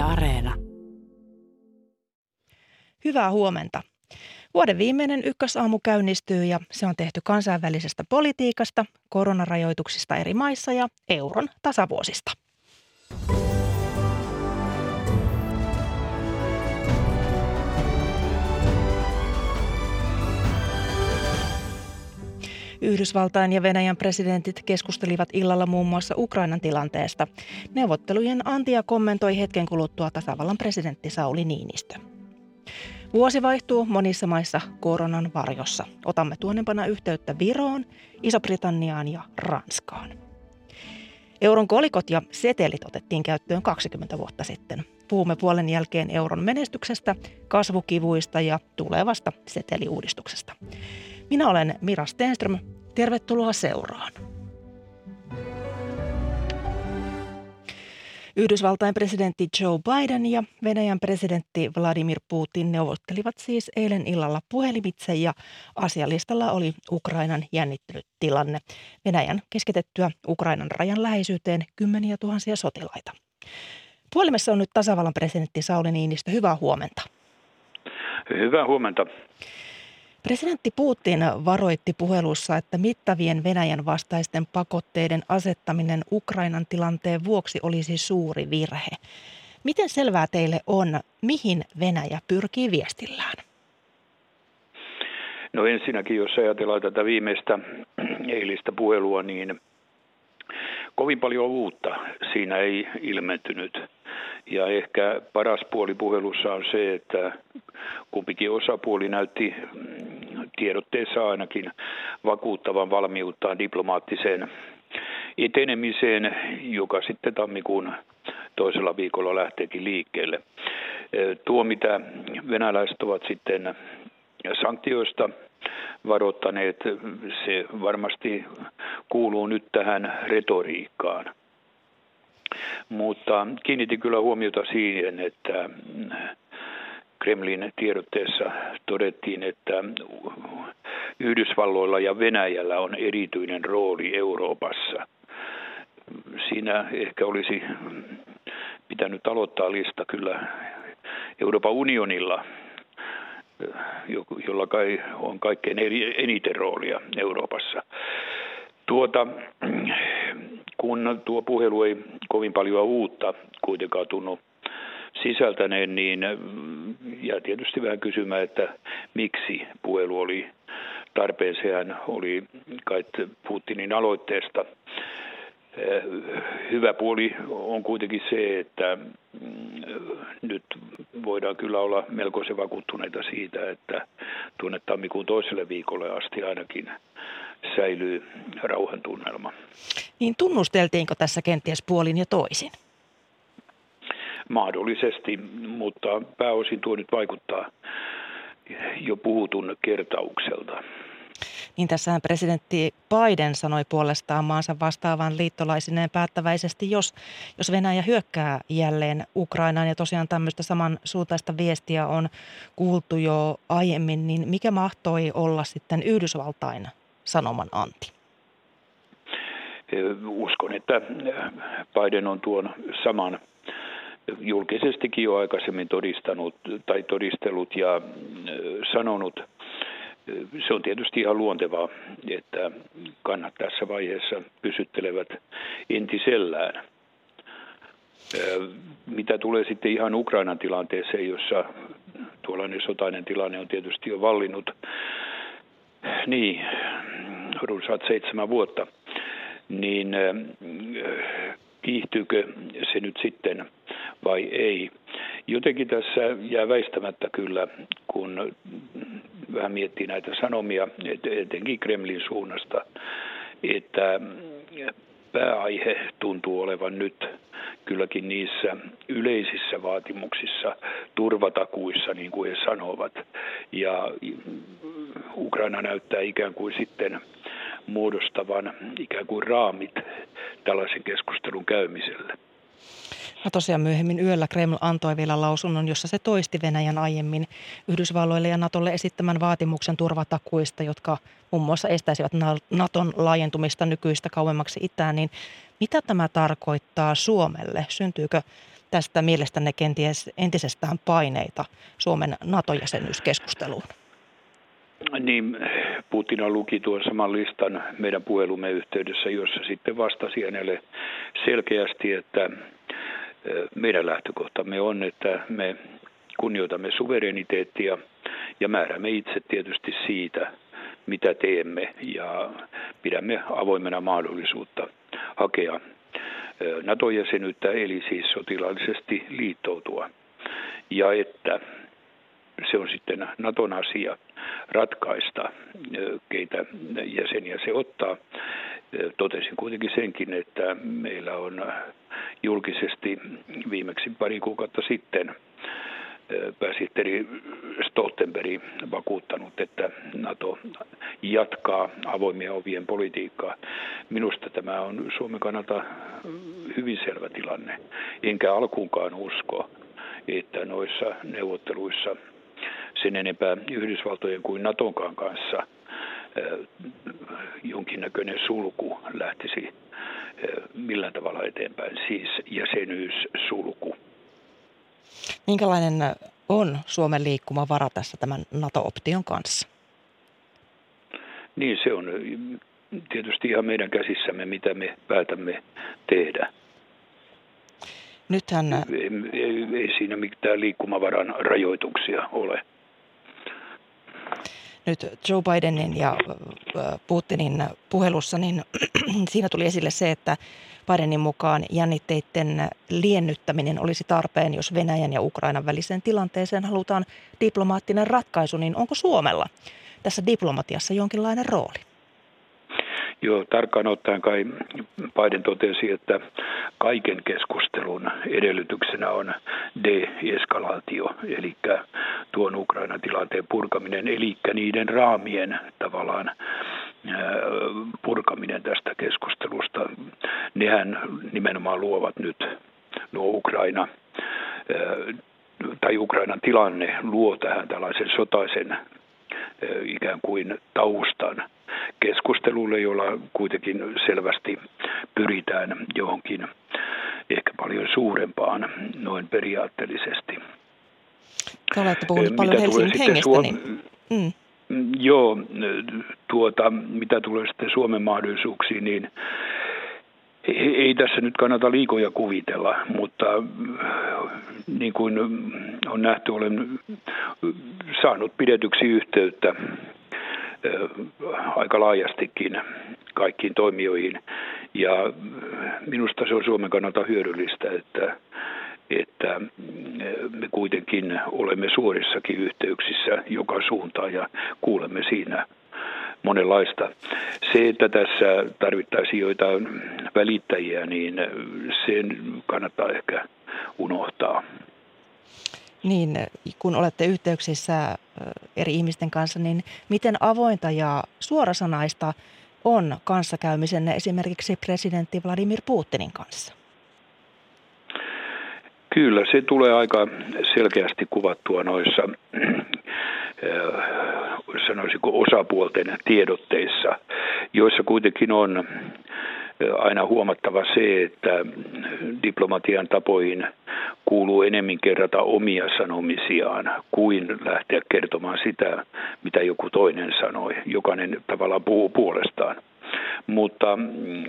Areena. Hyvää huomenta. Vuoden viimeinen ykkösaamu käynnistyy ja se on tehty kansainvälisestä politiikasta, koronarajoituksista eri maissa ja euron tasavuosista. Yhdysvaltain ja Venäjän presidentit keskustelivat illalla muun muassa Ukrainan tilanteesta. Neuvottelujen antia kommentoi hetken kuluttua tasavallan presidentti Sauli Niinistö. Vuosi vaihtuu monissa maissa koronan varjossa. Otamme tuonnempana yhteyttä Viroon, Iso-Britanniaan ja Ranskaan. Euron kolikot ja setelit otettiin käyttöön 20 vuotta sitten. Puhumme puolen jälkeen euron menestyksestä, kasvukivuista ja tulevasta seteliuudistuksesta. Minä olen Mira Stenström. Tervetuloa seuraan. Yhdysvaltain presidentti Joe Biden ja Venäjän presidentti Vladimir Putin neuvottelivat siis eilen illalla puhelimitse ja asialistalla oli Ukrainan jännittynyt tilanne. Venäjän keskitettyä Ukrainan rajan läheisyyteen kymmeniä tuhansia sotilaita. Puhelimessa on nyt tasavallan presidentti Sauli Niinistö. Hyvää huomenta. Hyvää huomenta. Presidentti Putin varoitti puhelussa, että mittavien Venäjän vastaisten pakotteiden asettaminen Ukrainan tilanteen vuoksi olisi suuri virhe. Miten selvää teille on, mihin Venäjä pyrkii viestillään? No ensinnäkin, jos ajatellaan tätä viimeistä eilistä puhelua, niin kovin paljon uutta siinä ei ilmentynyt. Ja ehkä paras puoli puhelussa on se, että kumpikin osapuoli näytti tiedotteessa ainakin vakuuttavan valmiuttaan diplomaattiseen etenemiseen, joka sitten tammikuun toisella viikolla lähteekin liikkeelle. Tuo, mitä venäläiset ovat sitten sanktioista varoittaneet, se varmasti kuuluu nyt tähän retoriikkaan. Mutta kiinnitin kyllä huomiota siihen, että Kremlin tiedotteessa todettiin, että Yhdysvalloilla ja Venäjällä on erityinen rooli Euroopassa. Siinä ehkä olisi pitänyt aloittaa lista kyllä Euroopan unionilla, jolla kai on kaikkein eniten roolia Euroopassa. Kun tuo puhelu ei kovin paljon uutta kuitenkaan tunnu sisältäneen, niin jää tietysti vähän kysymään, että miksi puhelu oli tarpeen. Sehän oli kai Putinin aloitteesta. Hyvä puoli on kuitenkin se, että nyt voidaan kyllä olla melkoisen vakuuttuneita siitä, että tuonne tammikuun toiselle viikolle asti ainakin säilyy rauhantunnelma. Niin tunnusteltiinko tässä kenties puolin ja toisin? Mahdollisesti, mutta pääosin tuo nyt vaikuttaa jo puhutun kertaukselta. Niin tässähän presidentti Biden sanoi puolestaan maansa vastaavan liittolaisineen päättäväisesti, jos Venäjä hyökkää jälleen Ukrainaan. Ja tosiaan tämmöistä samansuuntaista viestiä on kuultu jo aiemmin, niin mikä mahtoi olla sitten Yhdysvaltain sanoman anti? Uskon, että Biden on tuon saman julkisestikin jo aikaisemmin todistellut ja sanonut. Se on tietysti ihan luontevaa, että kannat tässä vaiheessa pysyttelevät entisellään. Mitä tulee sitten ihan Ukrainan tilanteeseen, jossa tuollainen sotainen tilanne on tietysti jo vallinnut, niin runsaat 7 vuotta, niin kiihtyykö se nyt sitten vai ei? Jotenkin tässä jää väistämättä kyllä, kun vähän miettii näitä sanomia, etenkin Kremlin suunnasta, että pääaihe tuntuu olevan nyt kylläkin niissä yleisissä vaatimuksissa, turvatakuissa, niin kuin he sanovat. Ja Ukraina näyttää ikään kuin sitten muodostavan ikään kuin raamit tällaisen keskustelun käymiselle. Tosiaan myöhemmin yöllä Kreml antoi vielä lausunnon, jossa se toisti Venäjän aiemmin Yhdysvalloille ja Natolle esittämän vaatimuksen turvatakuista, jotka muun muassa estäisivät Naton laajentumista nykyistä kauemmaksi itään. Niin mitä tämä tarkoittaa Suomelle? Syntyykö tästä mielestänne kenties entisestään paineita Suomen NATO-jäsenyyskeskusteluun? Niin, Putin luki tuon saman listan meidän puhelumme yhteydessä, jossa sitten vastasi hänelle selkeästi, että meidän lähtökohtamme on, että me kunnioitamme suvereniteettia ja määräämme itse tietysti siitä, mitä teemme, ja pidämme avoimena mahdollisuutta hakea NATO-jäsenyyttä, eli siis sotilaallisesti liittoutua. Ja että se on sitten Naton asia ratkaista, keitä jäseniä se ottaa. Totesin kuitenkin senkin, että meillä on julkisesti viimeksi pari kuukautta sitten pääsihteeri Stoltenberg vakuuttanut, että NATO jatkaa avoimien ovien politiikkaa. Minusta tämä on Suomen kannalta hyvin selvä tilanne. Enkä alkuunkaan usko, että noissa neuvotteluissa sen enempää Yhdysvaltojen kuin Natonkaan kanssa jonkinnäköinen sulku lähtisi millään tavalla eteenpäin, siis jäsenyyssulku. Minkälainen on Suomen liikkumavara tässä tämän NATO-option kanssa? Niin, se on tietysti ihan meidän käsissämme, mitä me päätämme tehdä. Nythän ei siinä mitään liikkumavaran rajoituksia ole. Nyt Joe Bidenin ja Putinin puhelussa, niin siinä tuli esille se, että Bidenin mukaan jännitteiden liennyttäminen olisi tarpeen, jos Venäjän ja Ukrainan väliseen tilanteeseen halutaan diplomaattinen ratkaisu, niin onko Suomella tässä diplomatiassa jonkinlainen rooli? Joo, tarkkaan ottaen kai Biden totesi, että kaiken keskustelun edellytyksenä on de-eskalaatio, eli tuon Ukrainan tilanteen purkaminen, eli niiden raamien tavallaan purkaminen tästä keskustelusta. Nehän nimenomaan luovat nyt Ukrainan tilanne luo tähän tällaisen sotaisen ikään kuin taustan keskustelulle, jolla kuitenkin selvästi pyritään johonkin ehkä paljon suurempaan noin periaatteellisesti. Te olette puhunut paljon Helsingin hengestä. Joo, mitä tulee sitten Suomen mahdollisuuksiin, niin ei tässä nyt kannata liikoja kuvitella, mutta niin kuin on nähty, olen saanut pidetyksi yhteyttä aika laajastikin kaikkiin toimijoihin. Ja minusta se on Suomen kannalta hyödyllistä, että me kuitenkin olemme suorissakin yhteyksissä joka suuntaan ja kuulemme siinä monenlaista. Se, että tässä tarvittaisiin joitain välittäjiä, niin sen kannattaa ehkä unohtaa. Niin, kun olette yhteyksissä eri ihmisten kanssa, niin miten avointa ja suorasanaista on kanssakäymisenne esimerkiksi presidentti Vladimir Putinin kanssa? Kyllä, se tulee aika selkeästi kuvattua noissa, sanoisiko osapuolten tiedotteissa, joissa kuitenkin on aina huomattava se, että diplomatian tapoihin kuuluu enemmän kerrata omia sanomisiaan kuin lähteä kertomaan sitä, mitä joku toinen sanoi. Jokainen tavallaan puhuu puolestaan. Mutta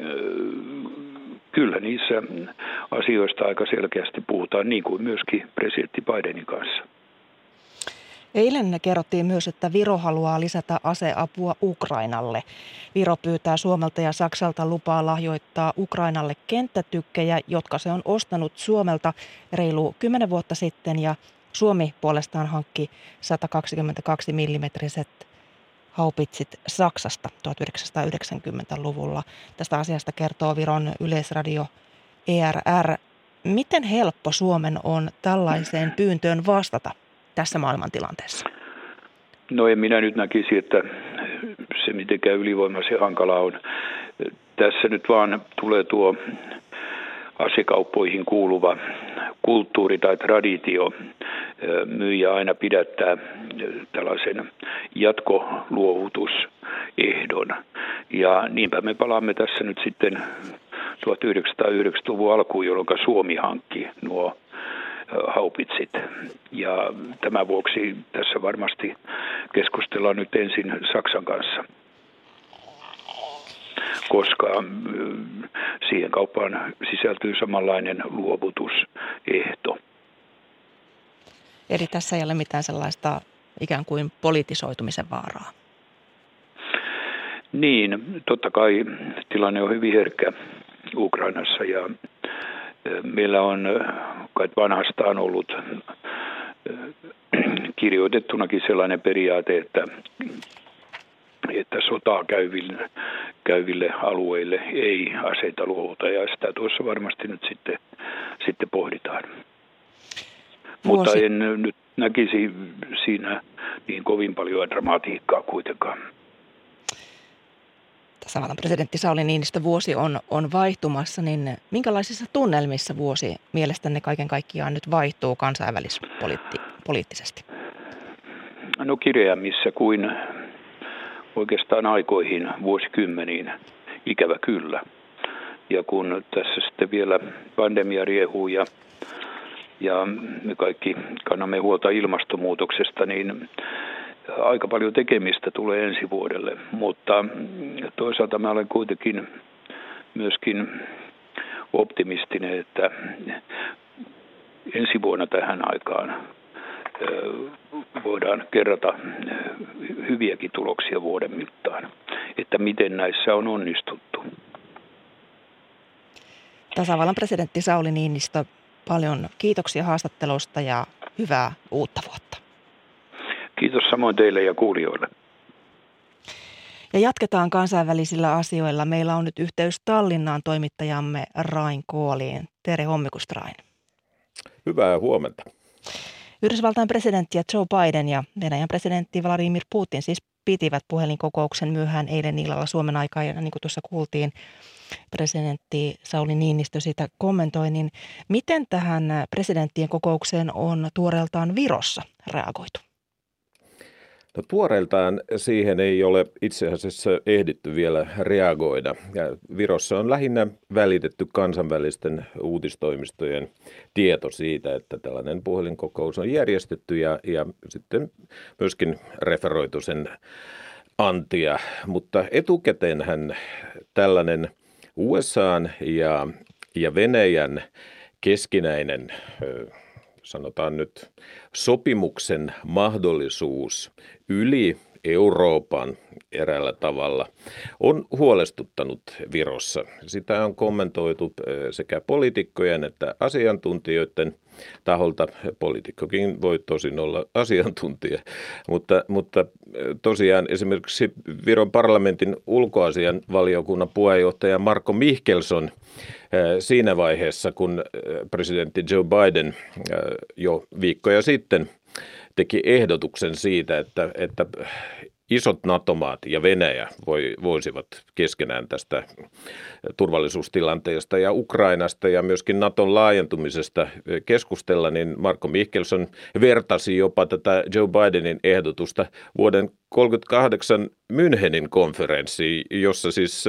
kyllä niissä asioista aika selkeästi puhutaan, niin kuin myöskin presidentti Bidenin kanssa. Eilen kerrottiin myös, että Viro haluaa lisätä aseapua Ukrainalle. Viro pyytää Suomelta ja Saksalta lupaa lahjoittaa Ukrainalle kenttätykkejä, jotka se on ostanut Suomelta reilu 10 vuotta sitten. Ja Suomi puolestaan hankki 122 millimetriset haupitsit Saksasta 1990-luvulla. Tästä asiasta kertoo Viron yleisradio ERR. Miten helppo Suomen on tällaiseen pyyntöön vastata tässä maailmantilanteessa? No en minä nyt näkisi, että se mitenkään ylivoimaisen hankala on. Tässä nyt vaan tulee tuo asekauppoihin kuuluva kulttuuri tai traditio myyjä aina pidättää tällaisen jatkoluovutusehdon. Ja niinpä me palaamme tässä nyt sitten 1990-luvun alkuun, jolloin Suomi hankki nuo haupitsit. Ja tämän vuoksi tässä varmasti keskustellaan nyt ensin Saksan kanssa, koska siihen kauppaan sisältyy samanlainen luovutusehto. Eli tässä ei ole mitään sellaista ikään kuin politisoitumisen vaaraa. Niin, totta kai tilanne on hyvin herkkä Ukrainassa ja meillä on kai vanhastaan ollut kirjoitettunakin sellainen periaate, että sotaa käyville alueille ei aseita luovuta, ja sitä tuossa varmasti nyt sitten pohditaan. Mutta en nyt näkisi siinä niin kovin paljon dramatiikkaa kuitenkaan. Tasavallan presidentti Sauli Niinistö, vuosi on vaihtumassa, niin minkälaisissa tunnelmissa vuosi mielestänne kaiken kaikkiaan nyt vaihtuu kansainvälispoliittisesti? No kireämmissä kuin oikeastaan aikoihin, vuosikymmeniin, ikävä kyllä. Ja kun tässä sitten vielä pandemia riehuu ja me kaikki kannamme huolta ilmastonmuutoksesta, niin aika paljon tekemistä tulee ensi vuodelle, mutta toisaalta mä olen kuitenkin myöskin optimistinen, että ensi vuonna tähän aikaan voidaan kerrata hyviäkin tuloksia vuoden mittaan, että miten näissä on onnistuttu. Tasavallan presidentti Sauli Niinistö, paljon kiitoksia haastattelusta ja hyvää uutta vuotta. Kiitos samoin teille ja kuulijoille. Ja jatketaan kansainvälisillä asioilla. Meillä on nyt yhteys Tallinnaan toimittajamme Rain Kooliin. Tere hommikusta, Rain. Hyvää huomenta. Yhdysvaltain presidentti Joe Biden ja Venäjän presidentti Vladimir Putin siis pitivät puhelinkokouksen myöhään eilen illalla Suomen aikaa. Ja niin kuin tuossa kuultiin, presidentti Sauli Niinistö sitä kommentoi. Niin miten tähän presidenttien kokoukseen on tuoreeltaan Virossa reagoitu? No, tuoreeltaan siihen ei ole itse asiassa ehditty vielä reagoida. Ja Virossa on lähinnä välitetty kansainvälisten uutistoimistojen tieto siitä, että tällainen puhelinkokous on järjestetty ja sitten myöskin referoitu sen antia. Mutta etukäteenhän tällainen USA:n ja Venäjän keskinäinen sanotaan nyt sopimuksen mahdollisuus yli Euroopan eräällä tavalla on huolestuttanut Virossa. Sitä on kommentoitu sekä poliitikkojen että asiantuntijoiden taholta. Poliitikkokin voi tosin olla asiantuntija, mutta tosiaan esimerkiksi Viron parlamentin ulkoasianvaliokunnan puheenjohtaja Marko Mihkelson siinä vaiheessa, kun presidentti Joe Biden jo viikkoja sitten teki ehdotuksen siitä, että isot NATO-maat ja Venäjä voisivat keskenään tästä turvallisuustilanteesta ja Ukrainasta ja myöskin NATOn laajentumisesta keskustella, niin Marko Mihkelson vertasi jopa tätä Joe Bidenin ehdotusta vuoden 1938 Münchenin konferenssiin, jossa siis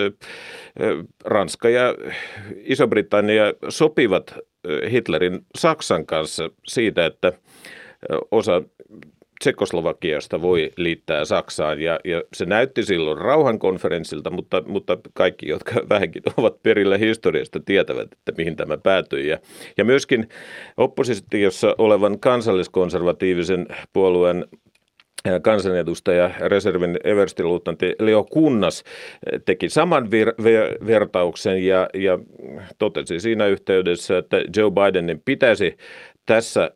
Ranska ja Iso-Britannia sopivat Hitlerin Saksan kanssa siitä, että osa Tšekkoslovakiasta voi liittää Saksaan ja se näytti silloin rauhankonferenssilta, mutta kaikki, jotka vähänkin ovat perillä historiasta, tietävät, että mihin tämä päätyi. Ja myöskin oppositiossa olevan kansalliskonservatiivisen puolueen kansanedustaja, reservin everstiluutnantti Leo Kunnas teki saman vertauksen ja totesi siinä yhteydessä, että Joe Bidenin pitäisi tässä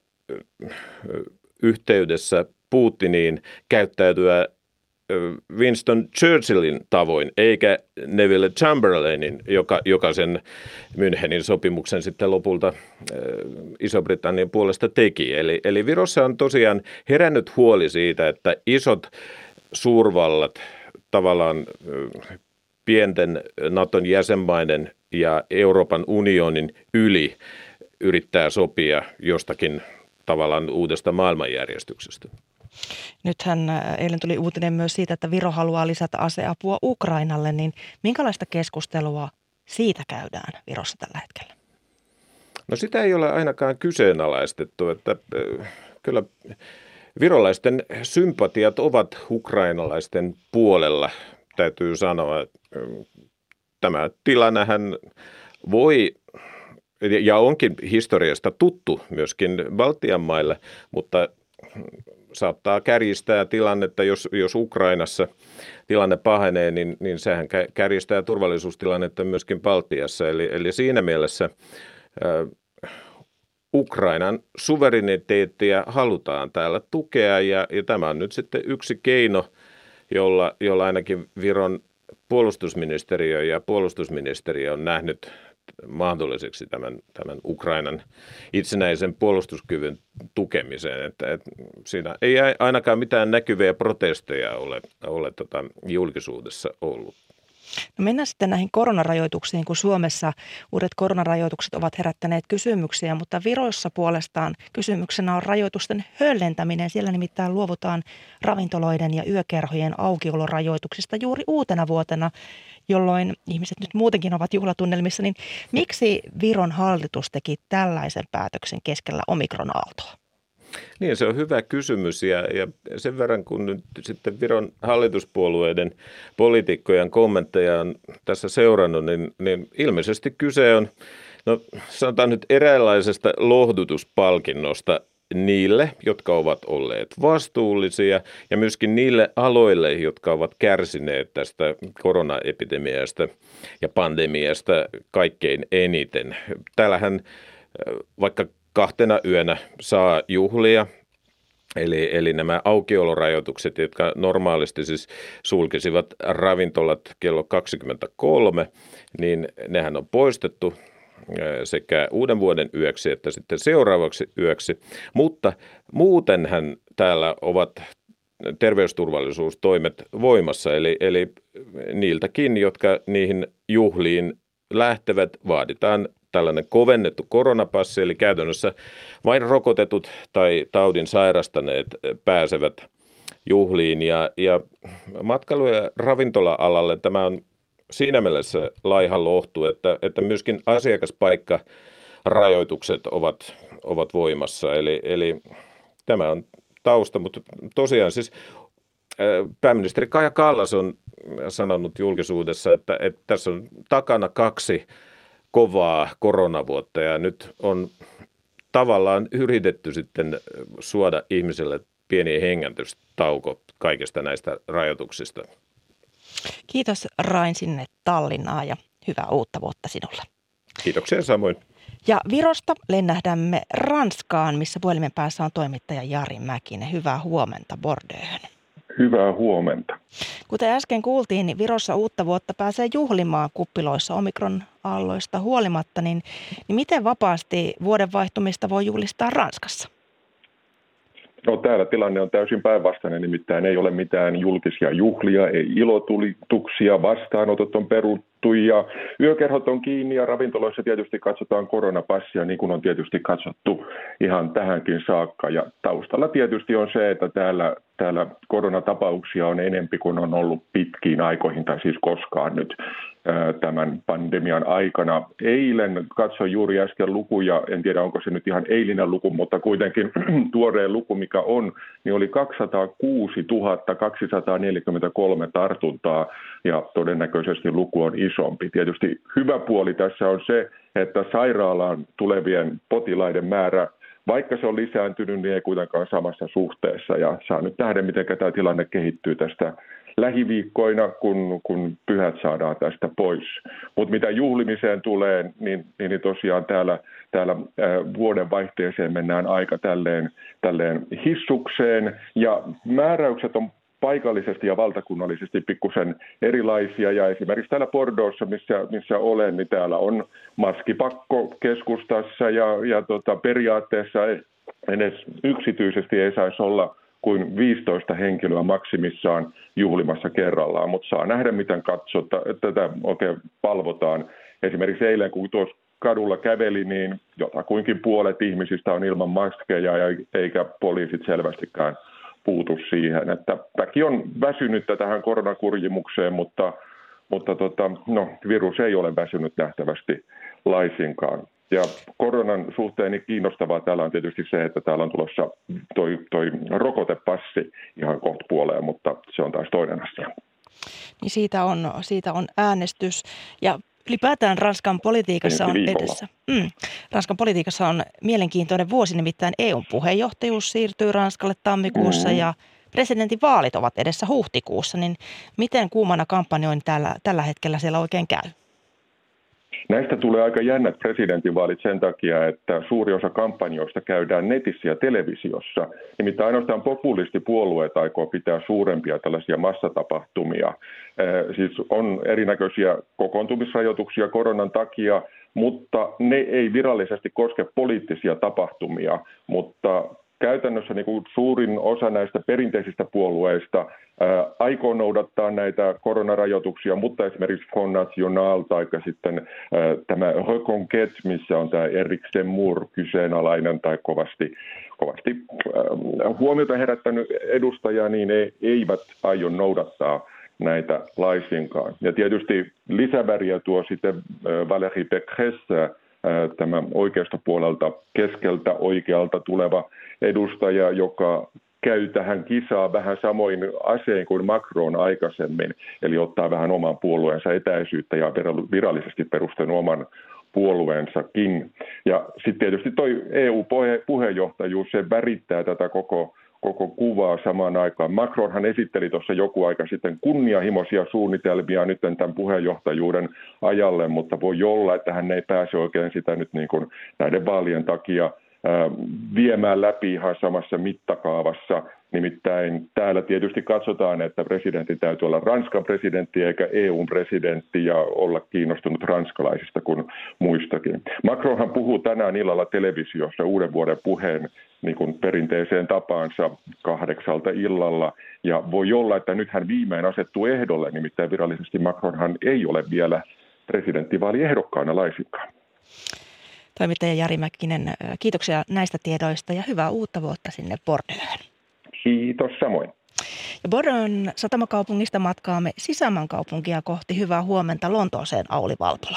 yhteydessä Putiniin käyttäytyä Winston Churchillin tavoin, eikä Neville Chamberlainin, joka sen Münchenin sopimuksen sitten lopulta Iso-Britannian puolesta teki. Eli Virossa on tosiaan herännyt huoli siitä, että isot suurvallat tavallaan pienten Naton jäsenmaiden ja Euroopan unionin yli yrittää sopia jostakin tavallaan uudesta maailmanjärjestyksestä. Nythän eilen tuli uutinen myös siitä, että Viro haluaa lisätä aseapua Ukrainalle, niin minkälaista keskustelua siitä käydään Virossa tällä hetkellä? No sitä ei ole ainakaan kyseenalaistettu, että kyllä virolaisten sympatiat ovat ukrainalaisten puolella, täytyy sanoa. Tämä tilannehän voi ja onkin historiasta tuttu myöskin Baltian maille, mutta saattaa kärjistää tilannetta, jos Ukrainassa tilanne pahenee, niin sehän kärjistää turvallisuustilannetta myöskin Baltiassa. Eli siinä mielessä Ukrainan suvereniteettia halutaan täällä tukea ja tämä on nyt sitten yksi keino, jolla ainakin Viron puolustusministeriö ja puolustusministeriö on nähnyt mahdolliseksi tämän Ukrainan itsenäisen puolustuskyvyn tukemiseen. Että siinä ei ainakaan mitään näkyviä protesteja ole julkisuudessa ollut. No mennään sitten näihin koronarajoituksiin, kun Suomessa uudet koronarajoitukset ovat herättäneet kysymyksiä, mutta Virossa puolestaan kysymyksenä on rajoitusten höllentäminen. Siellä nimittäin luovutaan ravintoloiden ja yökerhojen aukiolorajoituksista juuri uutena vuotena, jolloin ihmiset nyt muutenkin ovat juhlatunnelmissa. Niin miksi Viron hallitus teki tällaisen päätöksen keskellä omikron-aaltoa? Niin, se on hyvä kysymys ja sen verran kun nyt sitten Viron hallituspuolueiden poliitikkojen kommentteja on tässä seurannut, niin ilmeisesti kyse on, no sanotaan nyt eräänlaisesta lohdutuspalkinnosta niille, jotka ovat olleet vastuullisia ja myöskin niille aloille, jotka ovat kärsineet tästä koronaepidemiasta ja pandemiasta kaikkein eniten. Täällähän vaikka 2 yönä saa juhlia, eli nämä aukiolorajoitukset, jotka normaalisti siis sulkisivat ravintolat kello 23, niin nehän on poistettu sekä uuden vuoden yöksi että sitten seuraavaksi yöksi, mutta muutenhan täällä ovat terveysturvallisuustoimet voimassa, eli niiltäkin, jotka niihin juhliin lähtevät, vaaditaan tällainen kovennettu koronapassi, eli käytännössä vain rokotetut tai taudin sairastaneet pääsevät juhliin. Ja matkailu- ja ravintola-alalle tämä on siinä mielessä laiha lohtu, että myöskin asiakaspaikkarajoitukset ovat voimassa. Eli tämä on tausta, mutta tosiaan siis pääministeri Kaja Kallas on sanonut julkisuudessa, että tässä on takana 2 kovaa koronavuotta ja nyt on tavallaan yritetty sitten suoda ihmiselle pieni hengähdystauko kaikista näistä rajoituksista. Kiitos Rain sinne Tallinnaan ja hyvää uutta vuotta sinulle. Kiitoksia samoin. Ja Virosta lennähdämme Ranskaan, missä puhelimen päässä on toimittaja Jari Mäkinen. Hyvää huomenta Bordeauxhön. Hyvää huomenta. Kuten äsken kuultiin, niin Virossa uutta vuotta pääsee juhlimaan kuppiloissa omikron-aalloista huolimatta, niin miten vapaasti vuoden vaihtumista voi juhlistaa Ranskassa? No täällä tilanne on täysin päinvastainen, nimittäin ei ole mitään julkisia juhlia, ei ilotulituksia, vastaanotot on peruttu ja yökerhot on kiinni ja ravintoloissa tietysti katsotaan koronapassia, niin kuin on tietysti katsottu ihan tähänkin saakka. Ja taustalla tietysti on se, että täällä koronatapauksia on enempi kuin on ollut pitkiin aikoihin, tai siis koskaan nyt tämän pandemian aikana. Eilen katsoin juuri äsken lukuja, en tiedä onko se nyt ihan eilinen luku, mutta kuitenkin tuoreen luku mikä on, niin oli 206 243 tartuntaa ja todennäköisesti luku on isompi. Tietysti hyvä puoli tässä on se, että sairaalaan tulevien potilaiden määrä, vaikka se on lisääntynyt, niin ei kuitenkaan samassa suhteessa. Ja saa nyt nähdä, miten tämä tilanne kehittyy tästä lähiviikkoina, kun pyhät saadaan tästä pois. Mutta mitä juhlimiseen tulee, niin tosiaan täällä vuoden vaihteeseen mennään aika tälleen hissukseen. Ja määräykset on paikallisesti ja valtakunnallisesti pikkusen erilaisia. Ja esimerkiksi täällä Bordeauxssa, missä olen, niin täällä on maskipakko keskustassa ja periaatteessa edes yksityisesti ei saisi olla kuin 15 henkilöä maksimissaan juhlimassa kerrallaan, mutta saa nähdä, miten tätä oikein valvotaan. Esimerkiksi eilen, kun tuossa kadulla käveli, niin jotakuinkin puolet ihmisistä on ilman maskeja eikä poliisit selvästikään puutu siihen. Että väki on väsynyttä tähän koronakurjimukseen, mutta virus ei ole väsynyt nähtävästi laisinkaan. Ja koronan suhteen niin kiinnostavaa täällä on tietysti se, että täällä on tulossa toi rokotepassi ihan kohta puoleen, mutta se on taas toinen asia. Niin siitä on äänestys ja ylipäätään Ranskan politiikassa on edessä. Ranskan politiikassa on mielenkiintoinen vuosi, nimittäin EU:n puheenjohtajuus siirtyy Ranskalle tammikuussa ja presidentin vaalit ovat edessä huhtikuussa, niin miten kuumana kampanjoin tällä hetkellä siellä oikein käy? Näistä tulee aika jännät presidentinvaalit sen takia, että suuri osa kampanjoista käydään netissä ja televisiossa. Nimittäin ainoastaan populistipuolueet aikoo pitää suurempia tällaisia massatapahtumia. Siis on erinäköisiä kokoontumisrajoituksia koronan takia, mutta ne ei virallisesti koske poliittisia tapahtumia, mutta käytännössä niin kuin suurin osa näistä perinteisistä puolueista aikoo noudattaa näitä koronarajoituksia, mutta esimerkiksi Front National tai sitten tämä Reconquête, missä on tämä Eric Zemmour kyseenalainen tai kovasti huomiota herättänyt edustaja, niin eivät aio noudattaa näitä laisinkaan. Ja tietysti lisäväriä tuo sitten Valérie Pécresse, tämä oikeistopuolelta keskeltä oikealta tuleva edustaja, joka käy tähän kisaan vähän samoin asein kuin Macron aikaisemmin, eli ottaa vähän oman puolueensa etäisyyttä ja virallisesti perustanut oman puolueensakin. Ja sitten tietysti toi EU-puheenjohtajuus, se värittää tätä koko kuvaa samaan aikaan. Macronhan esitteli tuossa joku aika sitten kunnianhimoisia suunnitelmia nyt tämän puheenjohtajuuden ajalle, mutta voi olla, että hän ei pääse oikein sitä nyt niin kuin näiden vaalien takia viemään läpi ihan samassa mittakaavassa. Nimittäin täällä tietysti katsotaan, että presidentin täytyy olla Ranskan presidentti eikä EUn presidentti ja olla kiinnostunut ranskalaisista kuin muistakin. Macronhan puhuu tänään illalla televisiossa uuden vuoden puheen niin kuin perinteiseen tapaansa 8 illalla. Ja voi olla, että nyt hän viimein asettuu ehdolle, nimittäin virallisesti Macronhan ei ole vielä presidenttivaaliehdokkaana laisinkaan. Toimittaja Jari Mäkkinen, kiitoksia näistä tiedoista ja hyvää uutta vuotta sinne Bordeaux'n. Kiitos samoin. Ja Bordeaux'n satamakaupungista matkaamme sisämaan kaupunkia kohti. Hyvää huomenta Lontooseen, Auli Valpola.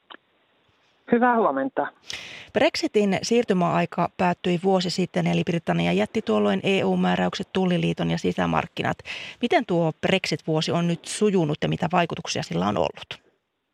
Hyvää huomenta. Brexitin siirtymäaika päättyi vuosi sitten, eli Britannia jätti tuolloin EU-määräykset, tulliliiton ja sisämarkkinat. Miten tuo Brexit-vuosi on nyt sujunut ja mitä vaikutuksia sillä on ollut?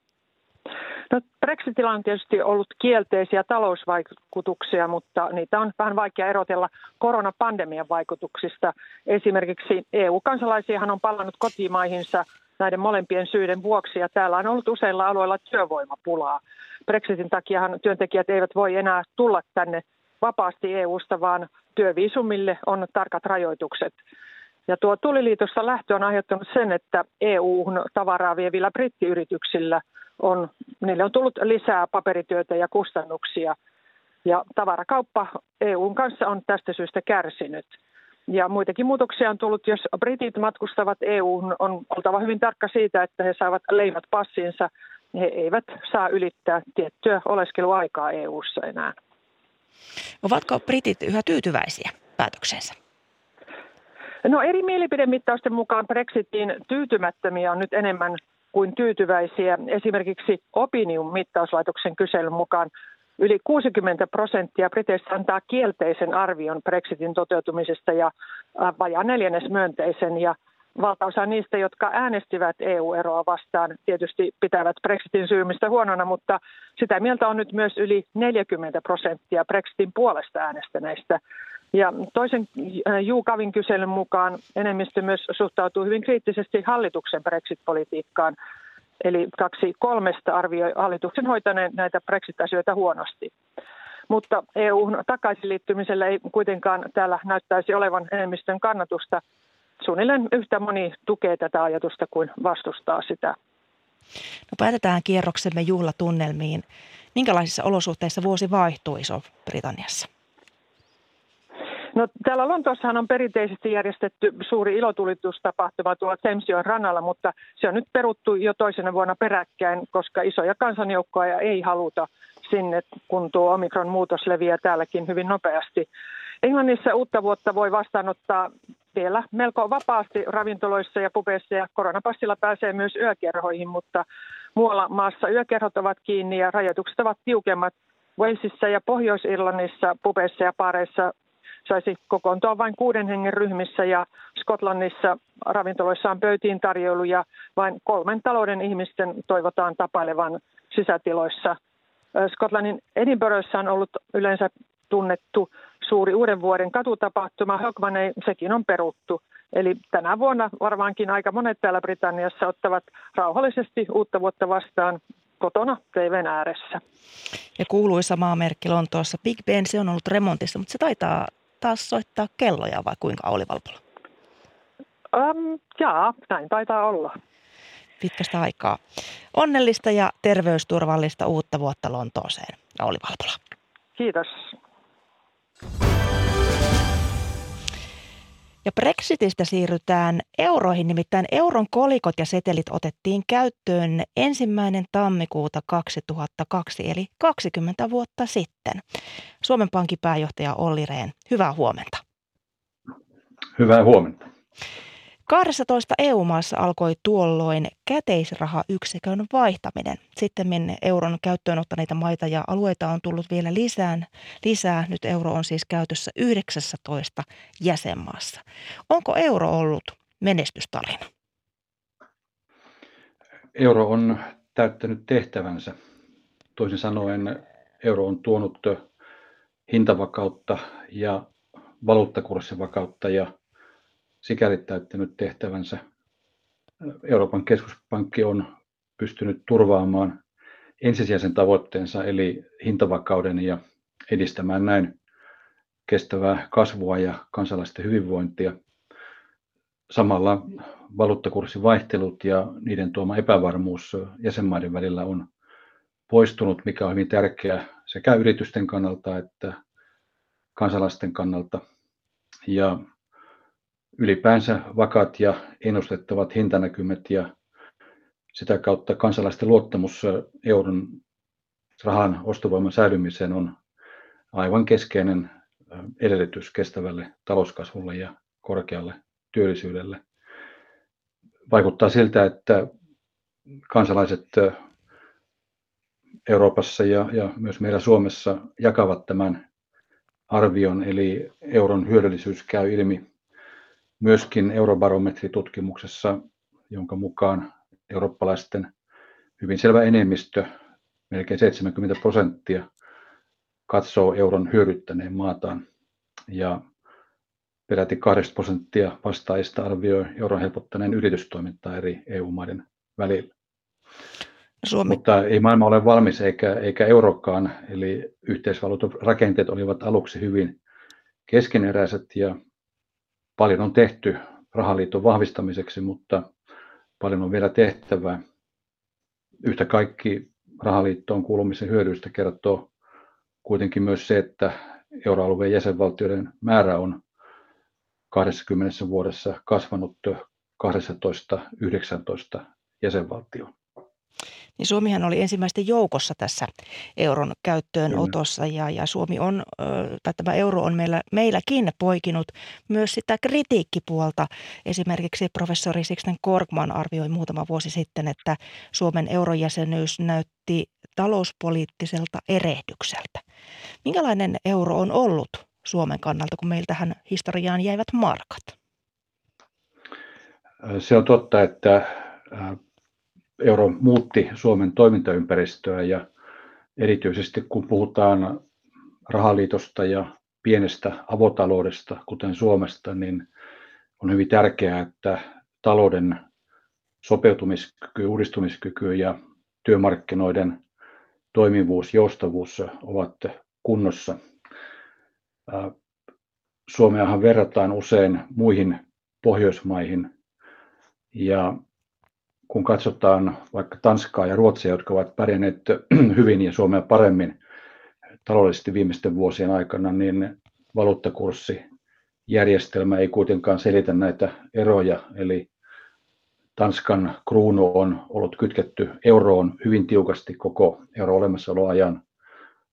No, Brexitillä on tietysti ollut kielteisiä talousvaikutuksia, mutta niitä on vähän vaikea erotella koronapandemian vaikutuksista. Esimerkiksi EU-kansalaisiahan on palannut kotimaihinsa näiden molempien syiden vuoksi ja täällä on ollut useilla alueilla työvoimapulaa. Brexitin takiahan työntekijät eivät voi enää tulla tänne vapaasti EUsta, vaan työviisumille on tarkat rajoitukset. Ja tuo tulliliitosta lähtö on aiheuttanut sen, että EU-hun tavaraa vievillä brittiyrityksillä niille on tullut lisää paperityötä ja kustannuksia. Ja tavarakauppa EUn kanssa on tästä syystä kärsinyt. Ja muitakin muutoksia on tullut, jos britit matkustavat EU:hun, on oltava hyvin tarkka siitä, että he saavat leimat passinsa. He eivät saa ylittää tiettyä oleskeluaikaa EU:ssa enää. Ovatko britit yhä tyytyväisiä päätöksensä? No eri mielipidemittausten mukaan Brexitiin tyytymättömiä on nyt enemmän kuin tyytyväisiä. Esimerkiksi Opinium-mittauslaitoksen kyselyn mukaan yli 60% briteistä antaa kielteisen arvion Brexitin toteutumisesta ja vajaa neljännes myönteisen. Ja valtaosa niistä, jotka äänestivät EU-eroa vastaan, tietysti pitävät Brexitin syymistä huonona, mutta sitä mieltä on nyt myös yli 40% Brexitin puolesta äänestäneistä. Ja toisen YouGovin kyselyn mukaan enemmistö myös suhtautuu hyvin kriittisesti hallituksen Brexit-politiikkaan. Eli 2/3 arvioi hallituksen hoitaneen näitä Brexit-asioita huonosti. Mutta EU:hun takaisinliittymisellä ei kuitenkaan täällä näyttäisi olevan enemmistön kannatusta. Suunnilleen yhtä moni tukee tätä ajatusta kuin vastustaa sitä. No, päätetään kierroksemme juhlatunnelmiin. Minkälaisissa olosuhteissa vuosi vaihtuu Iso-Britanniassa? No, täällä Lontoossahan on perinteisesti järjestetty suuri ilotulitustapahtuma tuolla Thamesjoen rannalla, mutta se on nyt peruttu jo toisena vuonna peräkkäin, koska isoja kansanjoukkoja ei haluta sinne, kun tuo omikron-muutos leviää täälläkin hyvin nopeasti. Englannissa uutta vuotta voi vastaanottaa vielä melko vapaasti ravintoloissa ja pubeissa ja koronapassilla pääsee myös yökerhoihin, mutta muualla maassa yökerhot ovat kiinni ja rajoitukset ovat tiukemmat. Walesissa ja Pohjois-Irlannissa pubeissa ja baareissa saisi kokoontua vain 6 hengen ryhmissä ja Skotlannissa ravintoloissa on pöytiin tarjoilu ja vain 3 talouden ihmisten toivotaan tapailevan sisätiloissa. Skotlannin Edinburghissa on ollut yleensä tunnettu suuri uuden vuoden katutapahtuma Hogmanay, sekin on peruttu. Eli tänä vuonna varmaankin aika monet täällä Britanniassa ottavat rauhallisesti uutta vuotta vastaan kotona TV:n ääressä. Ja kuuluisa maamerkki Lontoossa Big Ben, se on ollut remontissa, mutta se taitaa taas soittaa kelloja vai kuinka, Olli Valpola? Jaa, näin taitaa olla. Pitkästä aikaa. Onnellista ja terveysturvallista uutta vuotta Lontooseen, Olli Valpola. Kiitos. Ja Brexitistä siirrytään euroihin, nimittäin euron kolikot ja setelit otettiin käyttöön 1. tammikuuta 2002, eli 20 vuotta sitten. Suomen Pankin pääjohtaja Olli Rehn, hyvää huomenta. Hyvää huomenta. 12 EU-maassa alkoi tuolloin käteisrahayksikön vaihtaminen. Sitten euron käyttöön ottaneita maita ja alueita on tullut vielä lisää. Nyt euro on siis käytössä 19 jäsenmaassa. Onko euro ollut menestystarina? Euro on täyttänyt tehtävänsä. Toisin sanoen euro on tuonut hintavakautta ja valuuttakurssivakautta ja sikäli täyttänyt tehtävänsä. Euroopan keskuspankki on pystynyt turvaamaan ensisijaisen tavoitteensa eli hintavakauden ja edistämään näin kestävää kasvua ja kansalaisten hyvinvointia. Samalla valuuttakurssivaihtelut ja niiden tuoma epävarmuus jäsenmaiden välillä on poistunut, mikä on hyvin tärkeää sekä yritysten kannalta että kansalaisten kannalta. Ja ylipäänsä vakaat ja ennustettavat hintanäkymät ja sitä kautta kansalaisten luottamus euron rahan ostovoiman säilymiseen on aivan keskeinen edellytys kestävälle talouskasvulle ja korkealle työllisyydelle. Vaikuttaa siltä, että kansalaiset Euroopassa ja myös meillä Suomessa jakavat tämän arvion, eli euron hyödyllisyys käy ilmi myöskin eurobarometritutkimuksessa, jonka mukaan eurooppalaisten hyvin selvä enemmistö, melkein 70%, katsoo euron hyödyttäneen maataan. Ja peräti 8% vastaajista arvioi euron helpottaneen yritystoimintaa eri EU-maiden välillä. Mutta ei maailma ole valmis eikä eurokaan, eli yhteisvaluutan rakenteet olivat aluksi hyvin keskeneräiset ja paljon on tehty rahaliiton vahvistamiseksi, mutta paljon on vielä tehtävää. Yhtä kaikki rahaliittoon kuulumisen hyödyistä kertoo kuitenkin myös se, että euroalueen jäsenvaltioiden määrä on 20 vuodessa kasvanut 12-19 jäsenvaltioon. Niin Suomihan oli ensimmäisten joukossa tässä euron käyttöönotossa ja Suomi on, tai tämä euro on meilläkin poikinut myös sitä kritiikkipuolta. Esimerkiksi professori Sixten Korkman arvioi muutama vuosi sitten, että Suomen eurojäsenyys näytti talouspoliittiselta erehdykseltä. Minkälainen euro on ollut Suomen kannalta, kun meiltähän historiaan jäivät markat? Se on totta, että euro muutti Suomen toimintaympäristöä ja erityisesti kun puhutaan rahaliitosta ja pienestä avotaloudesta, kuten Suomesta, niin on hyvin tärkeää, että talouden sopeutumiskyky, uudistumiskyky ja työmarkkinoiden toimivuus, joustavuus ovat kunnossa. Suomeahan verrataan usein muihin Pohjoismaihin ja kun katsotaan vaikka Tanskaa ja Ruotsia, jotka ovat pärjänneet hyvin ja Suomea paremmin taloudellisesti viimeisten vuosien aikana, niin valuuttakurssijärjestelmä ei kuitenkaan selitä näitä eroja. Eli Tanskan kruunu on ollut kytketty euroon hyvin tiukasti koko euro olemassaoloajan.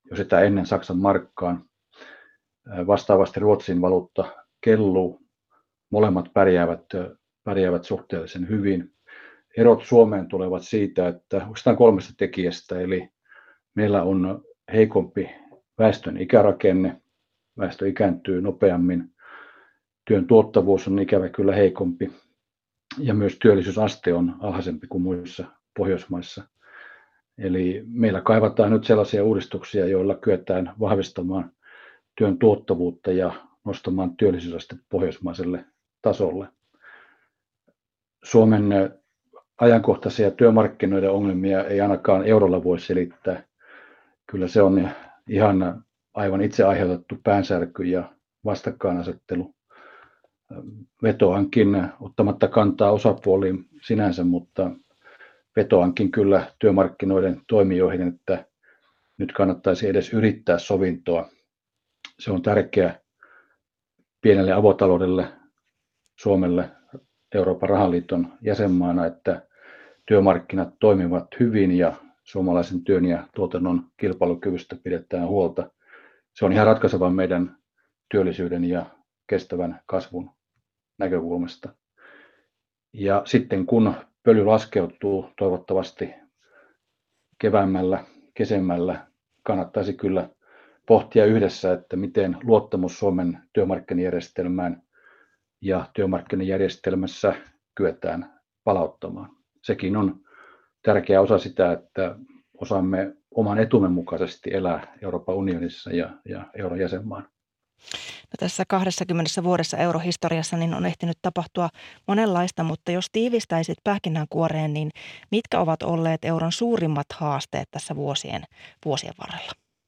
jo sitä ennen Saksan markkaan. Vastaavasti Ruotsin valuutta kelluu. Molemmat pärjäävät suhteellisen hyvin. Erot Suomeen tulevat siitä, että oikeastaan 3 tekijästä, eli meillä on heikompi väestön ikärakenne, väestö ikääntyy nopeammin, työn tuottavuus on ikävä kyllä heikompi ja myös työllisyysaste on alhaisempi kuin muissa Pohjoismaissa. Eli meillä kaivataan nyt sellaisia uudistuksia, joilla kyetään vahvistamaan työn tuottavuutta ja nostamaan työllisyysaste pohjoismaiselle tasolle. Suomen ajankohtaisia työmarkkinoiden ongelmia ei ainakaan eurolla voi selittää. Kyllä se on ihan aivan itse aiheutettu päänsärky ja vastakkainasettelu. Vetoankin, ottamatta kantaa osapuoliin sinänsä, mutta vetoankin kyllä työmarkkinoiden toimijoihin, että nyt kannattaisi edes yrittää sovintoa. Se on tärkeää pienelle avotaloudelle, Suomelle, Euroopan rahaliiton jäsenmaana, että työmarkkinat toimivat hyvin ja suomalaisen työn ja tuotannon kilpailukyvystä pidetään huolta. Se on ihan ratkaiseva meidän työllisyyden ja kestävän kasvun näkökulmasta. Ja sitten kun pöly laskeutuu toivottavasti keväämmällä, kesemmällä, kannattaisi kyllä pohtia yhdessä, että miten luottamus Suomen työmarkkinajärjestelmään ja työmarkkinajärjestelmässä kyetään palauttamaan. Sekin on tärkeä osa sitä, että osaamme oman etumme mukaisesti elää Euroopan unionissa ja eurojäsenmaan. No tässä 20 vuodessa eurohistoriassa niin on ehtinyt tapahtua monenlaista, mutta jos tiivistäisit pähkinänkuoreen, niin mitkä ovat olleet euron suurimmat haasteet tässä vuosien varrella?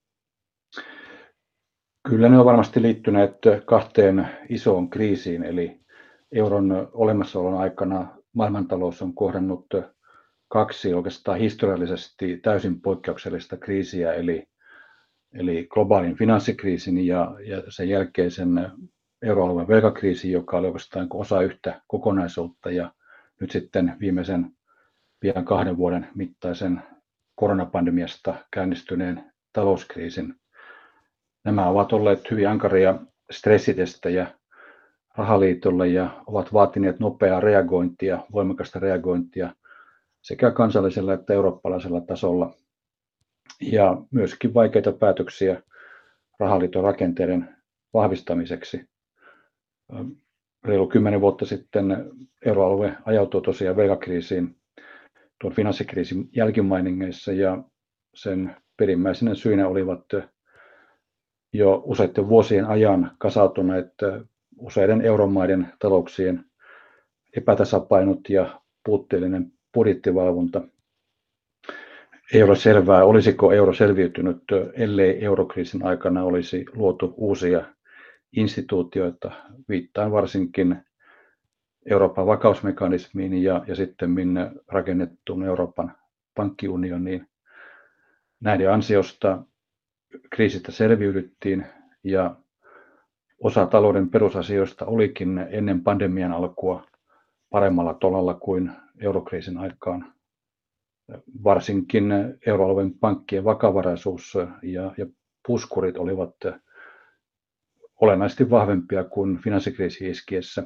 Kyllä ne on varmasti liittyneet 2 isoon kriisiin, eli euron olemassaolon aikana maailmantalous on kohdannut 2 oikeastaan historiallisesti täysin poikkeuksellista kriisiä, eli globaalin finanssikriisin ja sen jälkeisen euroalueen velkakriisin, joka oli oikeastaan osa yhtä kokonaisuutta, ja nyt sitten viimeisen pian 2 vuoden mittaisen koronapandemiasta käynnistyneen talouskriisin. Nämä ovat olleet hyvin ankaria stressitestejä rahaliitolle ja ovat vaatineet nopeaa reagointia, voimakasta reagointia sekä kansallisella että eurooppalaisella tasolla. Ja myöskin vaikeita päätöksiä rahaliiton rakenteiden vahvistamiseksi. Reilu 10 vuotta sitten euroalue ajautui tosiaan velkakriisiin tuon finanssikriisin jälkimainingeissa, ja sen perimmäisenä syynä olivat jo useiden vuosien ajan kasautuneet useiden euromaiden talouksien epätasapainot ja puutteellinen budjettivalvonta. Ei ole selvää, olisiko euro selviytynyt, ellei eurokriisin aikana olisi luotu uusia instituutioita. Viittaan varsinkin Euroopan vakausmekanismiin ja sitten rakennettuun Euroopan pankkiunioniin. Näiden ansiosta kriisistä selviydyttiin ja osa talouden perusasioista olikin ennen pandemian alkua paremmalla tolalla kuin eurokriisin aikaan. Varsinkin euroalueen pankkien vakavaraisuus ja puskurit olivat olennaisesti vahvempia kuin finanssikriisi iskiessä.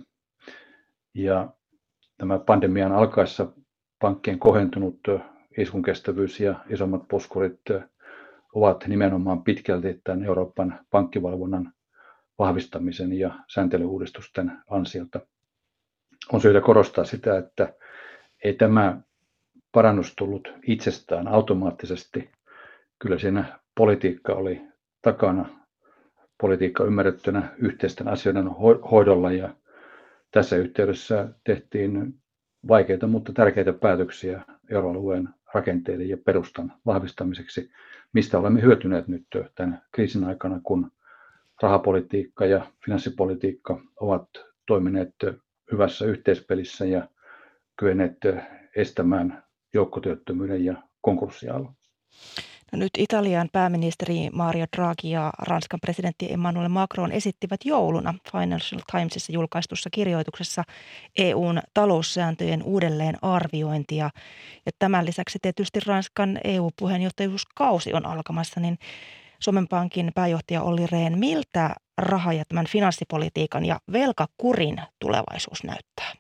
Ja tämä pandemian alkaessa pankkien kohentunut iskunkestävyys ja isommat puskurit ovat nimenomaan pitkälti tämän Euroopan pankkivalvonnan vahvistamisen ja sääntelyuudistusten ansiota. On syytä korostaa sitä, että ei tämä parannus tullut itsestään automaattisesti. Kyllä siinä politiikka oli takana, politiikka ymmärrettynä yhteisten asioiden hoidolla, ja tässä yhteydessä tehtiin vaikeita, mutta tärkeitä päätöksiä euroalueen rakenteiden ja perustan vahvistamiseksi, mistä olemme hyötyneet nyt tämän kriisin aikana, kun rahapolitiikka ja finanssipolitiikka ovat toimineet hyvässä yhteispelissä ja kyenneet estämään joukkotyöttömyyden ja konkurssiaallon. No nyt Italian pääministeri Mario Draghi ja Ranskan presidentti Emmanuel Macron esittivät jouluna Financial Timesissa julkaistussa kirjoituksessa EUn taloussääntöjen uudelleen arviointia. Ja tämän lisäksi tietysti Ranskan EU-puheenjohtajuuskausi on alkamassa, niin Suomen Pankin pääjohtaja Olli Rehn, miltä raha- ja tämän finanssipolitiikan ja velkakurin tulevaisuus näyttää?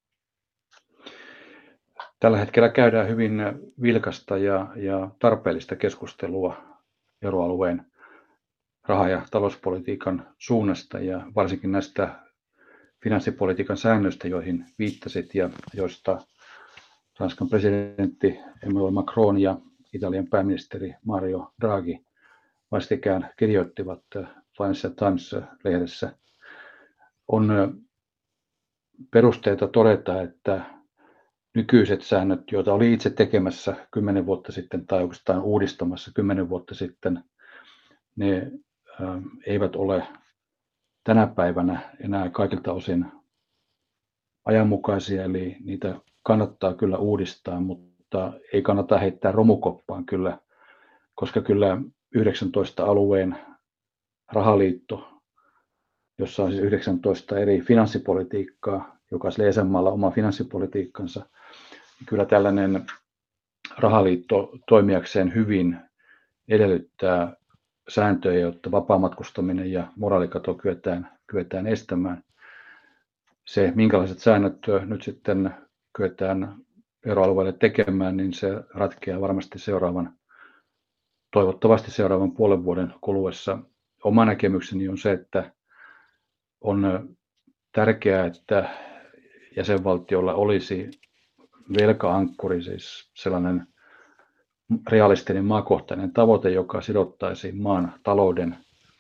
Tällä hetkellä käydään hyvin vilkasta ja tarpeellista keskustelua euroalueen raha- ja talouspolitiikan suunnasta ja varsinkin näistä finanssipolitiikan säännöistä, joihin viittasit ja joista Ranskan presidentti Emmanuel Macron ja Italian pääministeri Mario Draghi vastikään kirjoittivat Financial Times-lehdessä. On perusteita todeta, että nykyiset säännöt, joita oli itse tekemässä 10 vuotta sitten tai oikeastaan uudistamassa 10 vuotta sitten, ne eivät ole tänä päivänä enää kaikilta osin ajanmukaisia, eli niitä kannattaa kyllä uudistaa, mutta ei kannata heittää romukoppaan kyllä, koska kyllä 19 alueen rahaliitto, jossa on siis 19 eri finanssipolitiikkaa, jokaisella jäsenmaalla oma finanssipolitiikkansa, niin kyllä tällainen rahaliitto toimijakseen hyvin edellyttää sääntöjä, jotta vapaamatkustaminen ja moraalikato kyetään estämään. Se, minkälaiset säännöt nyt sitten kyetään euroalueelle tekemään, niin se ratkeaa varmasti toivottavasti seuraavan puolen vuoden kuluessa. Oma näkemykseni on se, että on tärkeää, että jäsenvaltiolla olisi velka-ankkuri, siis sellainen realistinen maakohtainen tavoite, joka sidottaisiin maan talouden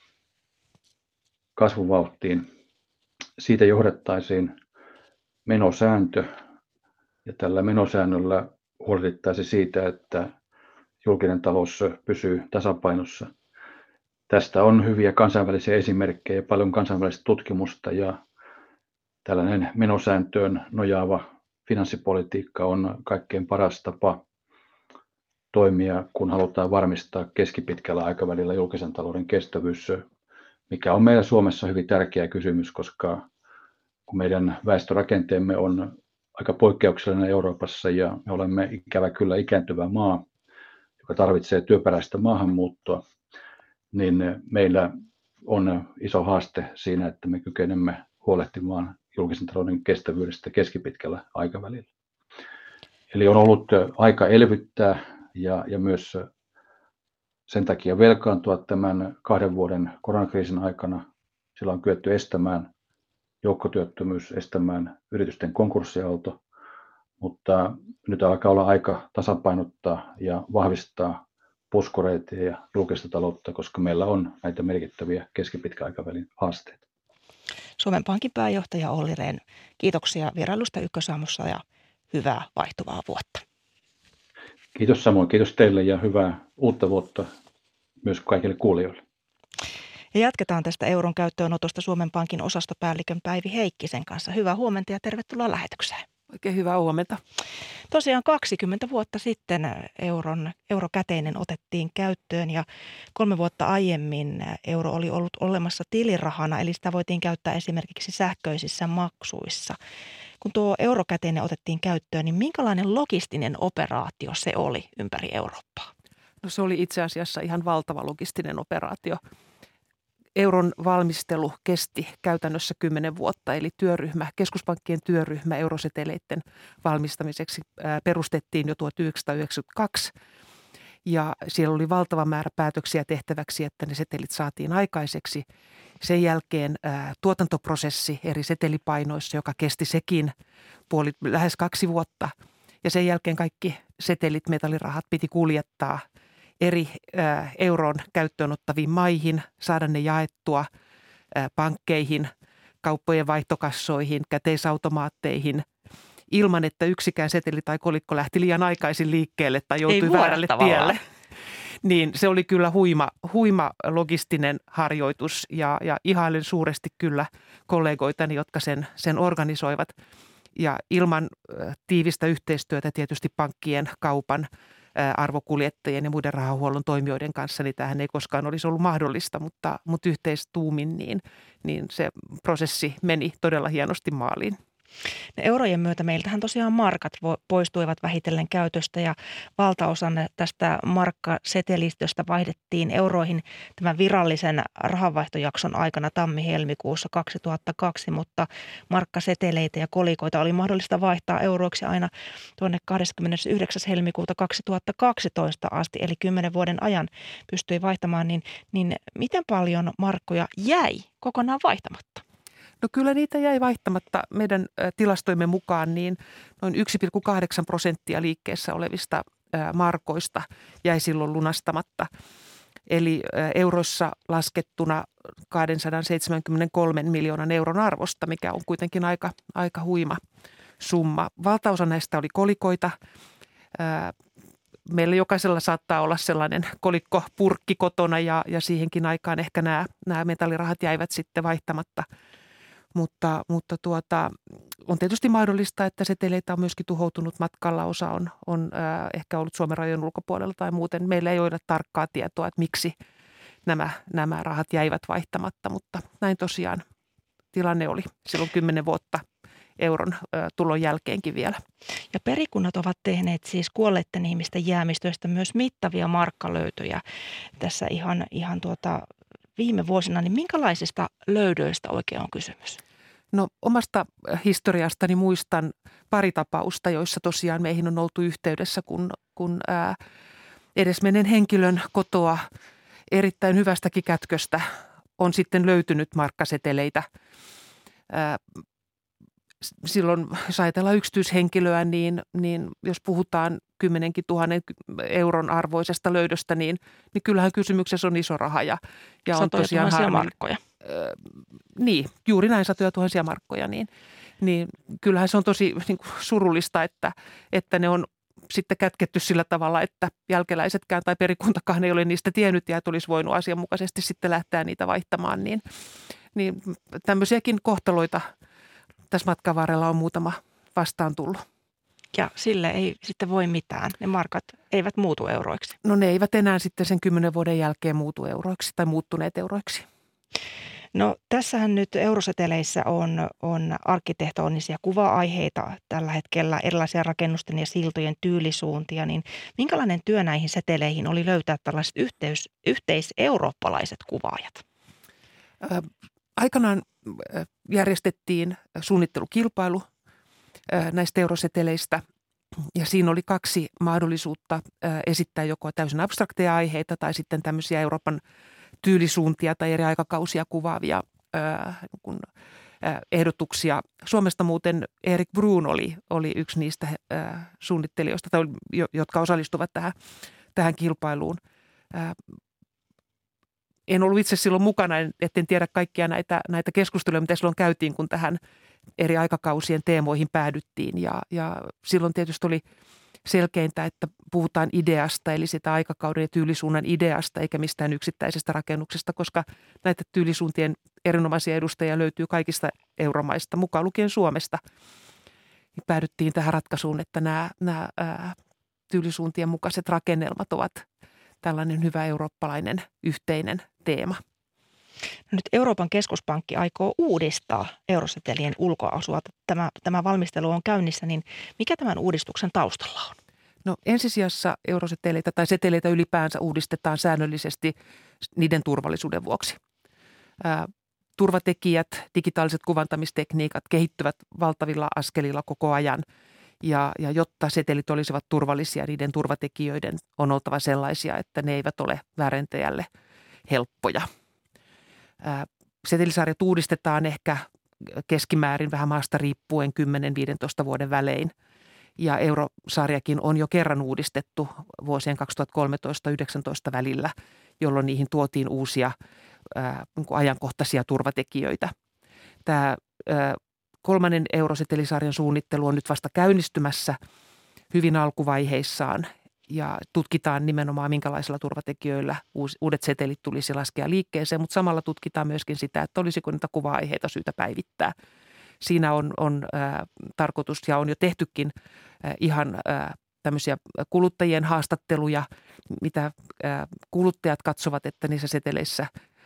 kasvuvauhtiin. Siitä johdettaisiin menosääntö ja tällä menosäännöllä huolehdittaisiin siitä, että julkinen talous pysyy tasapainossa. Tästä on hyviä kansainvälisiä esimerkkejä, paljon kansainvälistä tutkimusta ja tällainen menosääntöön nojaava finanssipolitiikka on kaikkein paras tapa toimia, kun halutaan varmistaa keskipitkällä aikavälillä julkisen talouden kestävyys, mikä on meillä Suomessa hyvin tärkeä kysymys, koska kun meidän väestörakenteemme on aika poikkeuksellinen Euroopassa ja me olemme ikävä kyllä ikääntyvä maa, joka tarvitsee työperäistä maahanmuuttoa, niin meillä on iso haaste siinä, että me kykenemme huolehtimaan julkisen talouden kestävyydestä keskipitkällä aikavälillä. Eli on ollut aika elvyttää ja myös sen takia velkaantua tämän 2 vuoden koronakriisin aikana. Sillä on kyetty estämään joukkotyöttömyys, estämään yritysten konkurssiaalto, mutta nyt alkaa olla aika tasapainottaa ja vahvistaa puskureita ja julkista taloutta, koska meillä on näitä merkittäviä keskipitkän aikavälin haasteita. Suomen Pankin pääjohtaja Olli Rehn, kiitoksia vierailusta Ykkösaamussa ja hyvää vaihtuvaa vuotta. Kiitos samoin, kiitos teille ja hyvää uutta vuotta myös kaikille kuulijoille. Ja jatketaan tästä euron käyttöönotosta Suomen Pankin osastopäällikön Päivi Heikkisen kanssa. Hyvää huomenta ja tervetuloa lähetykseen. Oikein hyvää huomenta. Tosiaan 20 vuotta sitten eurokäteinen otettiin käyttöön ja 3 vuotta aiemmin euro oli ollut olemassa tilirahana, eli sitä voitiin käyttää esimerkiksi sähköisissä maksuissa. Kun tuo eurokäteinen otettiin käyttöön, niin minkälainen logistinen operaatio se oli ympäri Eurooppaa? No se oli itse asiassa ihan valtava logistinen operaatio. Euron valmistelu kesti käytännössä 10 vuotta, eli keskuspankkien työryhmä euroseteleiden valmistamiseksi perustettiin jo 1992. Ja siellä oli valtava määrä päätöksiä tehtäväksi, että ne setelit saatiin aikaiseksi. Sen jälkeen tuotantoprosessi eri setelipainoissa, joka kesti sekin lähes 2 vuotta. Ja sen jälkeen kaikki setelit, metallirahat piti kuljettaa eri euron käyttöön ottaviin maihin, saada ne jaettua pankkeihin, kauppojen vaihtokassoihin, käteisautomaatteihin, ilman että yksikään seteli tai kolikko lähti liian aikaisin liikkeelle tai joutui väärälle tielle. Niin se oli kyllä huima logistinen harjoitus ja ihailen suuresti kyllä kollegoitani, jotka sen organisoivat. Ja ilman tiivistä yhteistyötä tietysti pankkien, kaupan, arvokuljettajien ja muiden rahahuollon toimijoiden kanssa, niin tämähän ei koskaan olisi ollut mahdollista, mutta yhteistuumin niin se prosessi meni todella hienosti maaliin. Ne eurojen myötä meiltähän tosiaan markat poistuivat vähitellen käytöstä ja valtaosa tästä markkasetelistöstä vaihdettiin euroihin tämän virallisen rahanvaihtojakson aikana tammi-helmikuussa 2002, mutta markkaseteleitä ja kolikoita oli mahdollista vaihtaa euroiksi aina tuonne 29. helmikuuta 2012 asti, eli 10 vuoden ajan pystyi vaihtamaan, niin miten paljon markkoja jäi kokonaan vaihtamatta? No kyllä niitä jäi vaihtamatta meidän tilastoimme mukaan, niin noin 1,8% liikkeessä olevista markoista jäi silloin lunastamatta. Eli euroissa laskettuna 273 miljoonan euron arvosta, mikä on kuitenkin aika huima summa. Valtaosa näistä oli kolikoita. Meillä jokaisella saattaa olla sellainen kolikkopurkki kotona ja siihenkin aikaan ehkä nämä metallirahat jäivät sitten vaihtamatta. Mutta on tietysti mahdollista, että seteleitä on myöskin tuhoutunut matkalla. Osa on ehkä ollut Suomen rajojen ulkopuolella tai muuten. Meillä ei ole tarkkaa tietoa, että miksi nämä rahat jäivät vaihtamatta, mutta näin tosiaan tilanne oli silloin 10 vuotta euron tulon jälkeenkin vielä. Ja perikunnat ovat tehneet siis kuolleiden ihmisten jäämistöistä myös mittavia markkalöytöjä tässä ihan viime vuosina, niin minkälaisista löydöistä oikein on kysymys? No omasta historiastani muistan pari tapausta, joissa tosiaan meihin on oltu yhteydessä, kun edesmenneen henkilön kotoa erittäin hyvästäkin kätköstä on sitten löytynyt markkaseteleitä. Silloin, jos ajatellaan yksityishenkilöä, niin jos puhutaan 10 000 euron arvoisesta löydöstä, niin kyllähän kysymyksessä on iso raha. Ja on tosiaan tuhansia markkoja. Niin, juuri näin, 100 000 markkoja. Niin kyllähän se on tosi niin kuin surullista, että ne on sitten kätketty sillä tavalla, että jälkeläisetkään tai perikuntakaan ei ole niistä tiennyt ja että olisi voinut asianmukaisesti sitten lähteä niitä vaihtamaan. Niin tämmöisiäkin kohtaloita tässä matkan varrella on muutama vastaan tullut. Ja sille ei sitten voi mitään. Ne markat eivät muutu euroiksi. No ne eivät enää sitten sen 10 vuoden jälkeen muutu euroiksi tai muuttuneet euroiksi. No tässähän nyt euroseteleissä on arkkitehtonisia kuva-aiheita tällä hetkellä, erilaisia rakennusten ja siltojen tyylisuuntia. Niin minkälainen työ näihin seteleihin oli löytää tällaiset yhteiseurooppalaiset kuvaajat? Aikanaan järjestettiin suunnittelukilpailu näistä euroseteleistä ja siinä oli 2 mahdollisuutta esittää joko täysin abstrakteja aiheita tai sitten tämmöisiä Euroopan tyylisuuntia tai eri aikakausia kuvaavia ehdotuksia. Suomesta muuten Erik Bruun oli yksi niistä suunnittelijoista, jotka osallistuvat tähän kilpailuun. En ollut itse silloin mukana, etten tiedä kaikkia näitä keskusteluja, mitä silloin käytiin, kun tähän eri aikakausien teemoihin päädyttiin. Ja silloin tietysti oli selkeintä, että puhutaan ideasta, eli sitä aikakauden ja tyylisuunnan ideasta, eikä mistään yksittäisestä rakennuksesta, koska näitä tyylisuuntien erinomaisia edustajia löytyy kaikista euromaista, mukaan lukien Suomesta. Päädyttiin tähän ratkaisuun, että nämä tyylisuuntien mukaiset rakennelmat ovat tällainen hyvä eurooppalainen yhteinen teema. No nyt Euroopan keskuspankki aikoo uudistaa eurosetelien ulkoasua. Tämä valmistelu on käynnissä, niin mikä tämän uudistuksen taustalla on? No ensisijassa euroseteleitä tai seteleitä ylipäänsä uudistetaan säännöllisesti niiden turvallisuuden vuoksi. Turvatekijät, digitaaliset kuvantamistekniikat kehittyvät valtavilla askelilla koko ajan. Ja jotta setelit olisivat turvallisia, niiden turvatekijöiden on oltava sellaisia, että ne eivät ole väärentäjälle helppoja. Setelisarjat uudistetaan ehkä keskimäärin vähän maasta riippuen 10-15 vuoden välein. Ja eurosarjakin on jo kerran uudistettu vuosien 2013-2019 välillä, jolloin niihin tuotiin uusia ajankohtaisia turvatekijöitä. Tämä 3. eurosetelisarjan suunnittelu on nyt vasta käynnistymässä hyvin alkuvaiheissaan ja tutkitaan nimenomaan minkälaisilla turvatekijöillä uudet setelit tulisi laskea liikkeeseen, mutta samalla tutkitaan myöskin sitä, että olisiko niitä kuva-aiheita syytä päivittää. Siinä on tarkoitus ja on jo tehtykin ihan tämmöisiä kuluttajien haastatteluja, mitä kuluttajat katsovat, että niissä seteleissä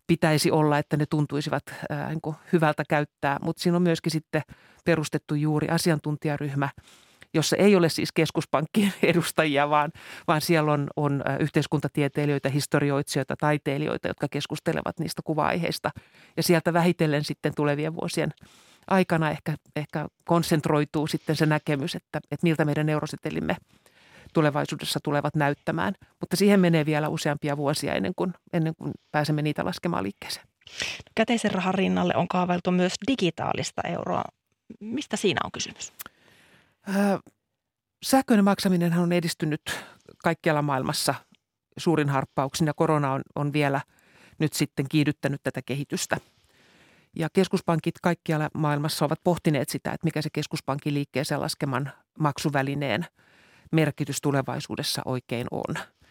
pitäisi olla, että ne tuntuisivat niin kuin hyvältä käyttää. Mutta siinä on myöskin sitten perustettu juuri asiantuntijaryhmä, jossa ei ole siis keskuspankkien edustajia, vaan siellä on yhteiskuntatieteilijöitä, historioitsijoita, taiteilijoita, jotka keskustelevat niistä kuva-aiheista. Ja sieltä vähitellen sitten tulevien vuosien aikana ehkä konsentroituu sitten se näkemys, että miltä meidän eurosetelimme tulevaisuudessa tulevat näyttämään. Mutta siihen menee vielä useampia vuosia ennen kuin pääsemme niitä laskemaan liikkeeseen. Käteisen rahan rinnalle on kaavailtu myös digitaalista euroa. Mistä siinä on kysymys? Sähköinen maksaminenhan on edistynyt kaikkialla maailmassa suurin harppauksin ja korona on vielä nyt sitten kiihdyttänyt tätä kehitystä. Ja keskuspankit kaikkialla maailmassa ovat pohtineet sitä, että mikä se keskuspankin liikkeeseen laskeman maksuvälineen merkitys tulevaisuudessa oikein on.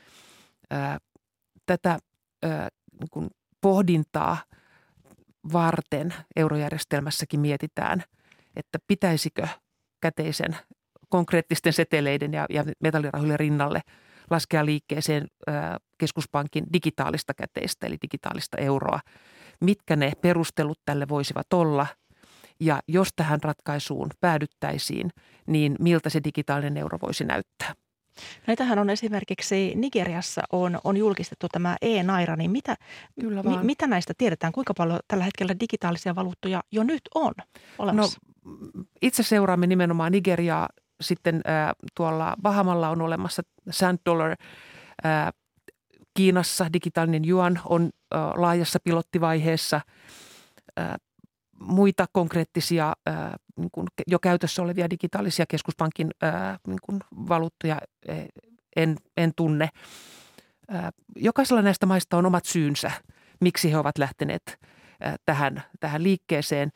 Tätä niin kuin pohdintaa varten eurojärjestelmässäkin mietitään, että pitäisikö käteisen konkreettisten seteleiden ja metallirahojen rinnalle laskea liikkeeseen keskuspankin digitaalista käteistä eli digitaalista euroa. Mitkä ne perustelut tälle voisivat olla ja jos tähän ratkaisuun päädyttäisiin, niin miltä se digitaalinen euro voisi näyttää? Näitähän on esimerkiksi Nigeriassa on julkistettu tämä e-naira, niin mitä näistä tiedetään? Kuinka paljon tällä hetkellä digitaalisia valuuttoja jo nyt on olemassa? No, itse seuraamme nimenomaan Nigeriaa. Sitten tuolla Bahamalla on olemassa Sand Dollar. Kiinassa digitaalinen yuan on laajassa pilottivaiheessa. Muita konkreettisia niin kuin jo käytössä olevia digitaalisia keskuspankin niin kuin valuuttoja en tunne. Jokaisella näistä maista on omat syynsä, miksi he ovat lähteneet tähän liikkeeseen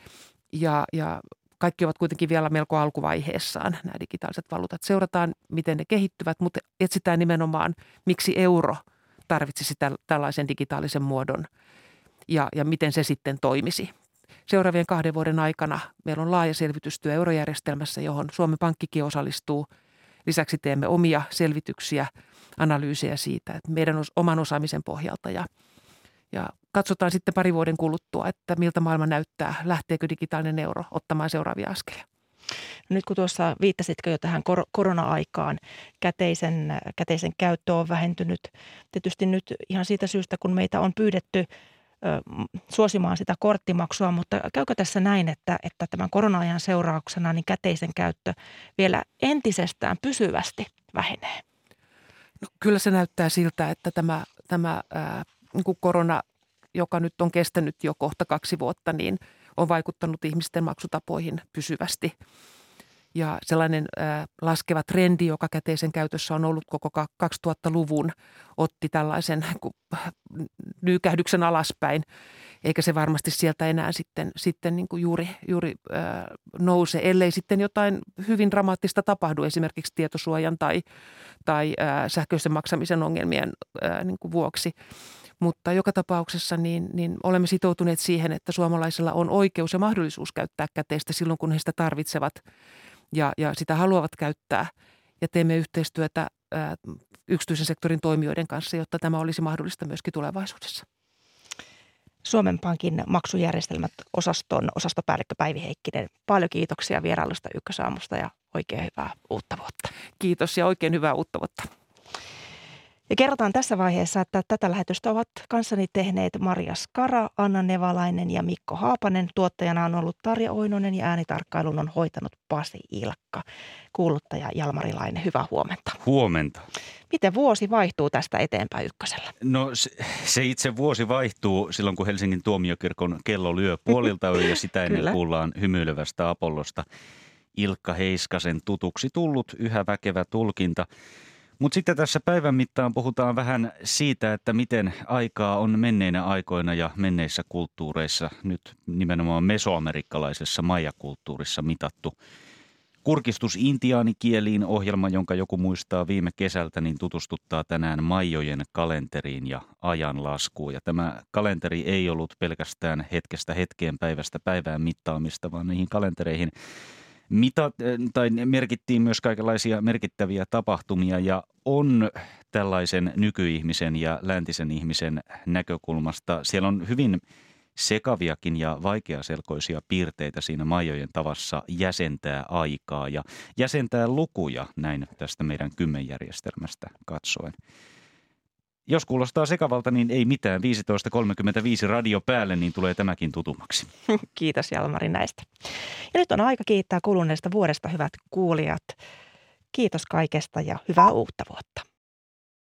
ja kaikki ovat kuitenkin vielä melko alkuvaiheessaan nämä digitaaliset valuutat. Seurataan, miten ne kehittyvät, mutta etsitään nimenomaan, miksi euro tarvitsisi tällaisen digitaalisen muodon ja miten se sitten toimisi. Seuraavien 2 vuoden aikana meillä on laaja selvitystyö eurojärjestelmässä, johon Suomen Pankkikin osallistuu. Lisäksi teemme omia selvityksiä, analyysejä siitä, että meidän oman osaamisen pohjalta ja katsotaan sitten 2 vuoden kuluttua, että miltä maailma näyttää, lähteekö digitaalinen euro ottamaan seuraavia askelia. Nyt kun tuossa viittasitkö jo tähän korona-aikaan, käteisen käyttö on vähentynyt tietysti nyt ihan siitä syystä, kun meitä on pyydetty suosimaan sitä korttimaksua, mutta käykö tässä näin, että tämän korona-ajan seurauksena niin käteisen käyttö vielä entisestään pysyvästi vähenee? No, kyllä se näyttää siltä, että tämä niin kuin korona, joka nyt on kestänyt jo kohta 2 vuotta, niin on vaikuttanut ihmisten maksutapoihin pysyvästi. Ja sellainen laskeva trendi, joka käteisen käytössä on ollut koko 2000-luvun, otti tällaisen nyykähdyksen alaspäin, eikä se varmasti sieltä enää sitten niin kuin juuri nouse, ellei sitten jotain hyvin dramaattista tapahdu, esimerkiksi tietosuojan tai sähköisen maksamisen ongelmien niin kuin vuoksi. Mutta joka tapauksessa niin olemme sitoutuneet siihen, että suomalaisilla on oikeus ja mahdollisuus käyttää käteistä silloin, kun he sitä tarvitsevat ja sitä haluavat käyttää. Ja teemme yhteistyötä yksityisen sektorin toimijoiden kanssa, jotta tämä olisi mahdollista myöskin tulevaisuudessa. Suomen Pankin maksujärjestelmät osastopäällikkö Päivi Heikkinen. Paljon kiitoksia vierailusta Ykkösaamusta ja oikein hyvää uutta vuotta. Kiitos ja oikein hyvää uutta vuotta. Ja kerrotaan tässä vaiheessa, että tätä lähetystä ovat kanssani tehneet Maria Skara, Anna Nevalainen ja Mikko Haapanen. Tuottajana on ollut Tarja Oinonen ja äänitarkkailun on hoitanut Pasi Ilkka. Kuuluttaja Jalmari Laine, hyvää huomenta. Huomenta. Miten vuosi vaihtuu tästä eteenpäin Ykkösellä? No se itse vuosi vaihtuu silloin, kun Helsingin tuomiokirkon kello lyö puolilta ja sitä ennen kuullaan hymyilevästä Apollosta Ilkka Heiskasen tutuksi tullut yhä väkevä tulkinta. Mutta sitten tässä päivän mittaan puhutaan vähän siitä, että miten aikaa on menneinä aikoina ja menneissä kulttuureissa, nyt nimenomaan mesoamerikkalaisessa majakulttuurissa mitattu. Kurkistus intiaanikieliin -ohjelma, jonka joku muistaa viime kesältä, niin tutustuttaa tänään maijojen kalenteriin ja ajanlaskuun. Ja tämä kalenteri ei ollut pelkästään hetkestä hetkeen, päivästä päivään mittaamista, vaan niihin kalentereihin merkittiin myös kaikenlaisia merkittäviä tapahtumia ja on tällaisen nykyihmisen ja läntisen ihmisen näkökulmasta. Siellä on hyvin sekaviakin ja vaikeaselkoisia piirteitä siinä Maijojen tavassa jäsentää aikaa ja jäsentää lukuja näin tästä meidän kymmenjärjestelmästä katsoen. Jos kuulostaa sekavalta, niin ei mitään. 15.35 radio päälle, niin tulee tämäkin tutummaksi. Kiitos Jalmari näistä. Ja nyt on aika kiittää kuluneesta vuodesta, hyvät kuulijat. Kiitos kaikesta ja hyvää uutta vuotta.